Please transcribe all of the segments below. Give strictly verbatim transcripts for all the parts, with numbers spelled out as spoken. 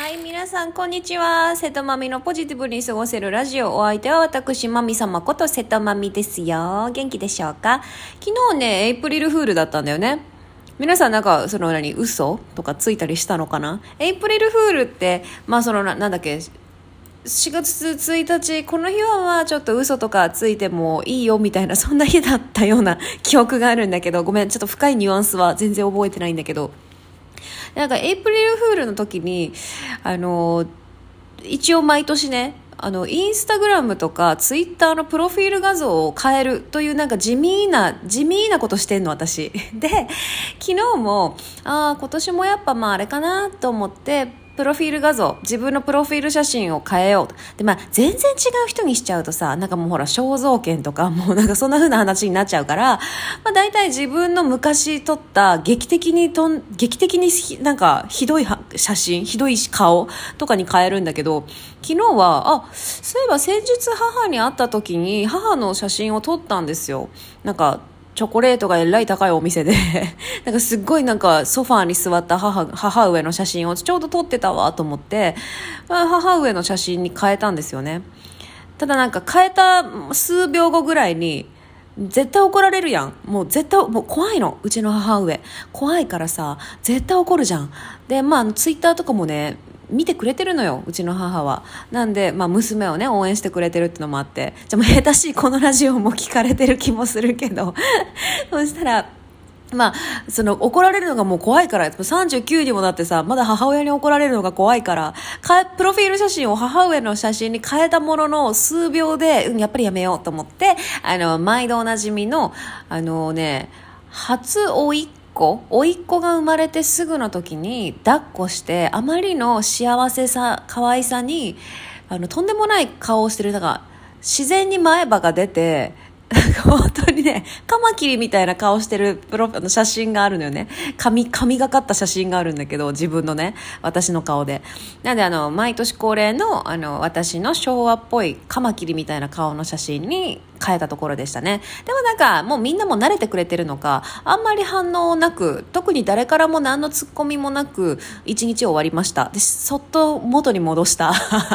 はい、皆さんこんにちは。瀬戸まみのポジティブに過ごせるラジオ。お相手は私まみ様こと瀬戸まみですよ。元気でしょうか？昨日ね、エイプリルフールだったんだよね。皆さんなんかその何嘘とかついたりしたのかな？エイプリルフールってまあそのな、なんだっけしがつついたち、この日はまあちょっと嘘とかついてもいいよみたいな、そんな日だったような記憶があるんだけど、ごめん、ちょっと深いニュアンスは全然覚えてないんだけど、なんかエイプリルフールの時にあの一応毎年ね、あのインスタグラムとかツイッターのプロフィール画像を変えるというなんか地味な地味なことしてんの私で、昨日もああ今年もやっぱまああれかなと思ってプロフィール画像、自分のプロフィール写真を変えようと。で、まあ、全然違う人にしちゃうとさ、なんかもうほら、肖像権とか、もうなんかそんな風な話になっちゃうから、まあ、大体自分の昔撮った劇的にとん、劇的になんかひどい写真、ひどい顔とかに変えるんだけど、昨日は、あ、そういえば先日母に会った時に母の写真を撮ったんですよ。なんか、チョコレートがえらい高いお店でなんかすっごいなんかソファーに座った母、母上の写真をちょうど撮ってたわと思って、母上の写真に変えたんですよね。ただなんか変えた数秒後ぐらいに絶対怒られるやん。もう絶対もう怖いの、うちの母上怖いからさ、絶対怒るじゃん。でまあツイッターとかもね見てくれてるのよ、うちの母は。なんで、まあ、娘をね応援してくれてるってのもあって、じゃあもう下手しいこのラジオも聞かれてる気もするけどそしたらまあ、その怒られるのがもう怖いから、さんじゅうきゅうにもなってさ、まだ母親に怒られるのが怖いから、かプロフィール写真を母親の写真に変えたものの数秒で、うん、やっぱりやめようと思って、あの毎度おなじみのあのね初おいっおいっ子が生まれてすぐの時に抱っこして、あまりの幸せさ可愛さにあのとんでもない顔をしてる、なんか自然に前歯が出て本当にねカマキリみたいな顔してるプロの写真があるのよね。髪髪がかった写真があるんだけど、自分のね私の顔で。なんであの毎年恒例のあの私の昭和っぽいカマキリみたいな顔の写真に変えたところでしたね。でもなんかもうみんなも慣れてくれてるのか、あんまり反応なく、特に誰からも何のツッコミもなく一日終わりました。でそっと元に戻した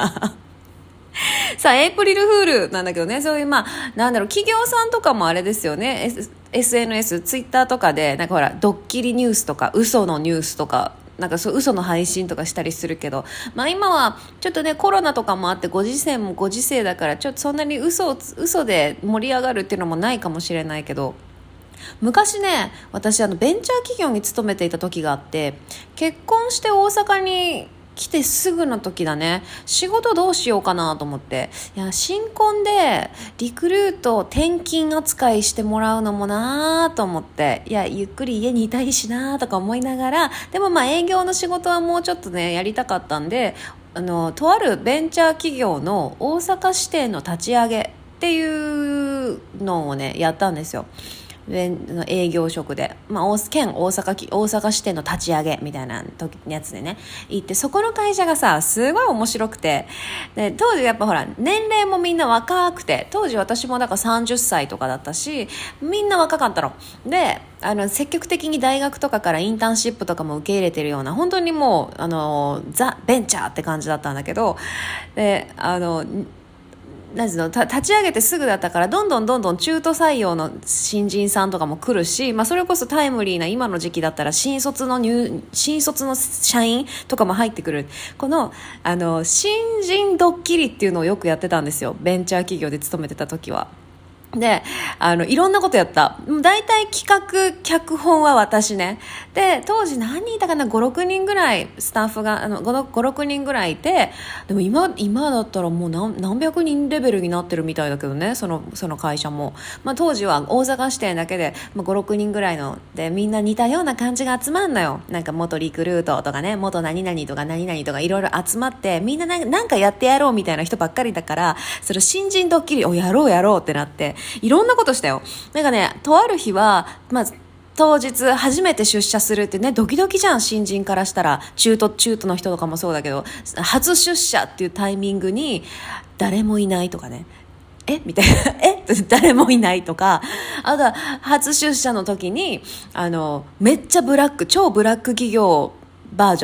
さあエイプリルフールなんだけどね、そういうまあなんだろう、企業さんとかもあれですよね、 Sエスエヌエス ツイッターとかでなんかほらドッキリニュースとか嘘のニュースとか、なんかそう嘘の配信とかしたりするけど、まあ、今はちょっとねコロナとかもあってご時世もご時世だから、ちょっとそんなに嘘を嘘で盛り上がるっていうのもないかもしれないけど、昔ね私あのベンチャー企業に勤めていた時があって、結婚して大阪に来てすぐの時だね、仕事どうしようかなと思って、いや新婚でリクルート転勤扱いしてもらうのもなと思って、いやゆっくり家にいたいしなとか思いながら、でもまあ営業の仕事はもうちょっとねやりたかったんで、あのとあるベンチャー企業の大阪支店の立ち上げっていうのをねやったんですよ。営業職で、まあ、県大阪、大阪支店の立ち上げみたいな時やつでね行って、そこの会社がさすごい面白くて、で当時やっぱほら年齢もみんな若くて、当時私もだからさんじゅっさいとかだったし、みんな若かったので、あの積極的に大学とかからインターンシップとかも受け入れてるような、本当にもうあのザ・ベンチャーって感じだったんだけど、であのなんていうの、た立ち上げてすぐだったから、どんどんどんどん中途採用の新人さんとかも来るし、まあ、それこそタイムリーな今の時期だったら新卒の入新卒の社員とかも入ってくる、このあの新人ドッキリっていうのをよくやってたんですよ、ベンチャー企業で勤めてた時は。であのいろんなことやった。だいたい企画脚本は私ね。で当時何人いたかな、ご、ろくにんぐらいスタッフがあのご、ろくにんぐらいいて、でも今今だったらもう 何, 何百人レベルになってるみたいだけどね、そのその会社も、まあ、当時は大阪支店だけで、まあ、ご、ろくにんぐらいので、みんな似たような感じが集まんのよ。なんか元リクルートとかね、元何々とか何々とかいろいろ集まって、みんななんかやってやろうみたいな人ばっかりだから、その新人ドッキリをやろうやろうってなって、いろんなことしたよ。なんかね、とある日は、まあ、当日初めて出社するってね、ドキドキじゃん、新人からしたら。中途中途の人とかもそうだけど、初出社っていうタイミングに誰もいないとかね、えみたいなえ誰もいないとか、あとは初出社の時にあのめっちゃブラック超ブラック企業バージョン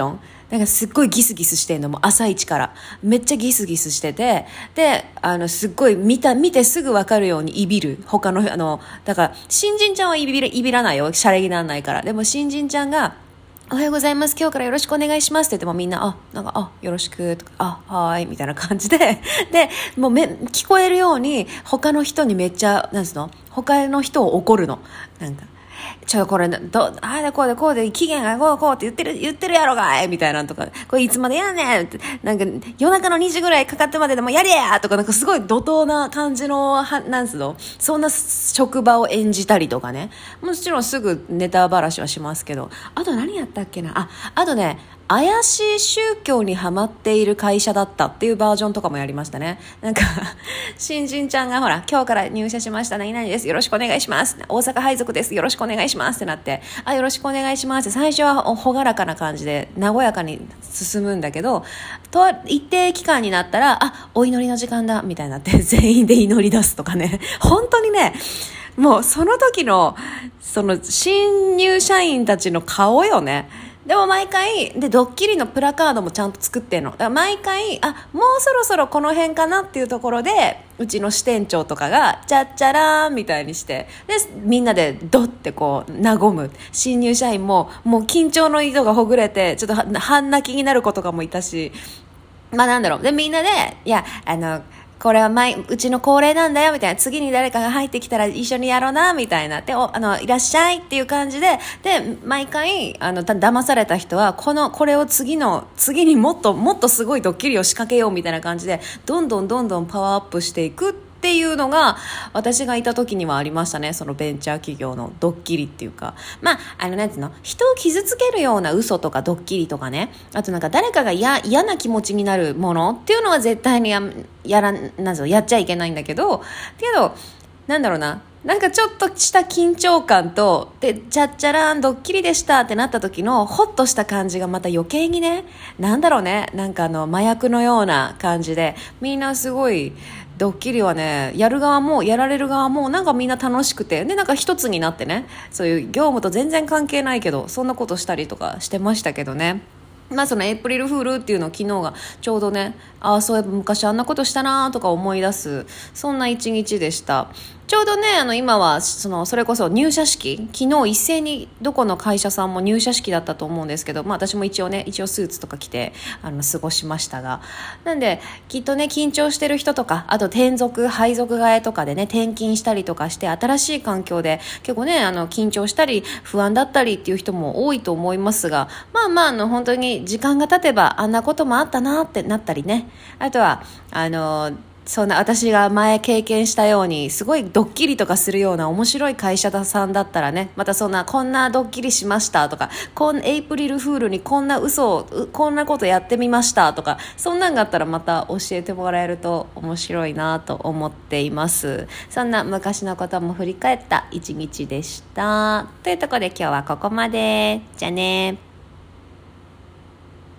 なんかすっごいギスギスしてんのも朝一からめっちゃギスギスしてて、であのすっごい見た見てすぐ分かるようにいびる他のあのだから新人ちゃんはいびらいびらないよ、シャレにならないから。でも新人ちゃんがおはようございます、今日からよろしくお願いしますって言ってもみんなあなんかあよろしくとかあはーいみたいな感じででもうめ聞こえるように他の人にめっちゃなんつうの他の人を怒るの。なんかちょこれどああでこうでこうで期限がこうこうって言ってる言ってるやろがいみたいなとか、これいつまでやんねんってなんか夜中のにじぐらいかかってまででもやれやとか、なんかすごい怒涛な感じのはなんつうのそんな職場を演じたりとかね。もちろんすぐネタばらしはしますけど、あと何やったっけなああとね怪しい宗教にハマっている会社だったっていうバージョンとかもやりましたね。なんか新人ちゃんがほら今日から入社しました何々ですよろしくお願いします、大阪配属ですよろしくお願いしますってなって、あよろしくお願いしますって最初は朗らかな感じで和やかに進むんだけど、と一定期間になったらあお祈りの時間だみたいになって全員で祈り出すとかね。本当にねもうその時のその新入社員たちの顔よね。でも毎回でドッキリのプラカードもちゃんと作ってんの。だから毎回あもうそろそろこの辺かなっていうところでうちの支店長とかがチャッチャラーンみたいにしてでみんなでドッてこう和む。新入社員ももう緊張の糸がほぐれてちょっと半泣きになる子とかもいたし、まあなんだろうでみんなでいやあのこれは毎うちの恒例なんだよみたいな、次に誰かが入ってきたら一緒にやろうなみたいなでおあのいらっしゃいっていう感じでで毎回あのだ騙された人はこのこれを次の次にもっともっとすごいドッキリを仕掛けようみたいな感じでどんどんどんどんパワーアップしていくっていうのが私がいた時にはありましたね。そのベンチャー企業のドッキリっていうか、まああのなんていうの人を傷つけるような嘘とかドッキリとかね、あとなんか誰かが嫌嫌な気持ちになるものっていうのは絶対にややらなんぞやっちゃいけないんだけど、けどなんだろうななんかちょっとした緊張感とでチャッチャラーンドッキリでしたってなった時のホッとした感じがまた余計にねなんだろうねなんかあの麻薬のような感じでみんなすごいドッキリはねやる側もやられる側もなんかみんな楽しくてでなんか一つになってねそういう業務と全然関係ないけどそんなことしたりとかしてましたけどね。まあそのエイプリルフールっていうのを昨日がちょうどねああそういえば昔あんなことしたなとか思い出すそんな一日でした。ちょうどねあの今はそのそれこそ入社式昨日一斉にどこの会社さんも入社式だったと思うんですけど、まあ、私も一応ね一応スーツとか着てあの過ごしましたが、なんできっとね緊張してる人とかあと転属配属替えとかでね転勤したりとかして新しい環境で結構ねあの緊張したり不安だったりっていう人も多いと思いますが、まあまああの本当に時間が経てばあんなこともあったなってなったりね、あとはあのそんな私が前経験したようにすごいドッキリとかするような面白い会社さんだったらねまたそんなこんなドッキリしましたとかこんエイプリルフールにこんな嘘をこんなことやってみましたとかそんなんがあったらまた教えてもらえると面白いなと思っています。そんな昔のことも振り返った一日でしたというところで今日はここまで。じゃあね。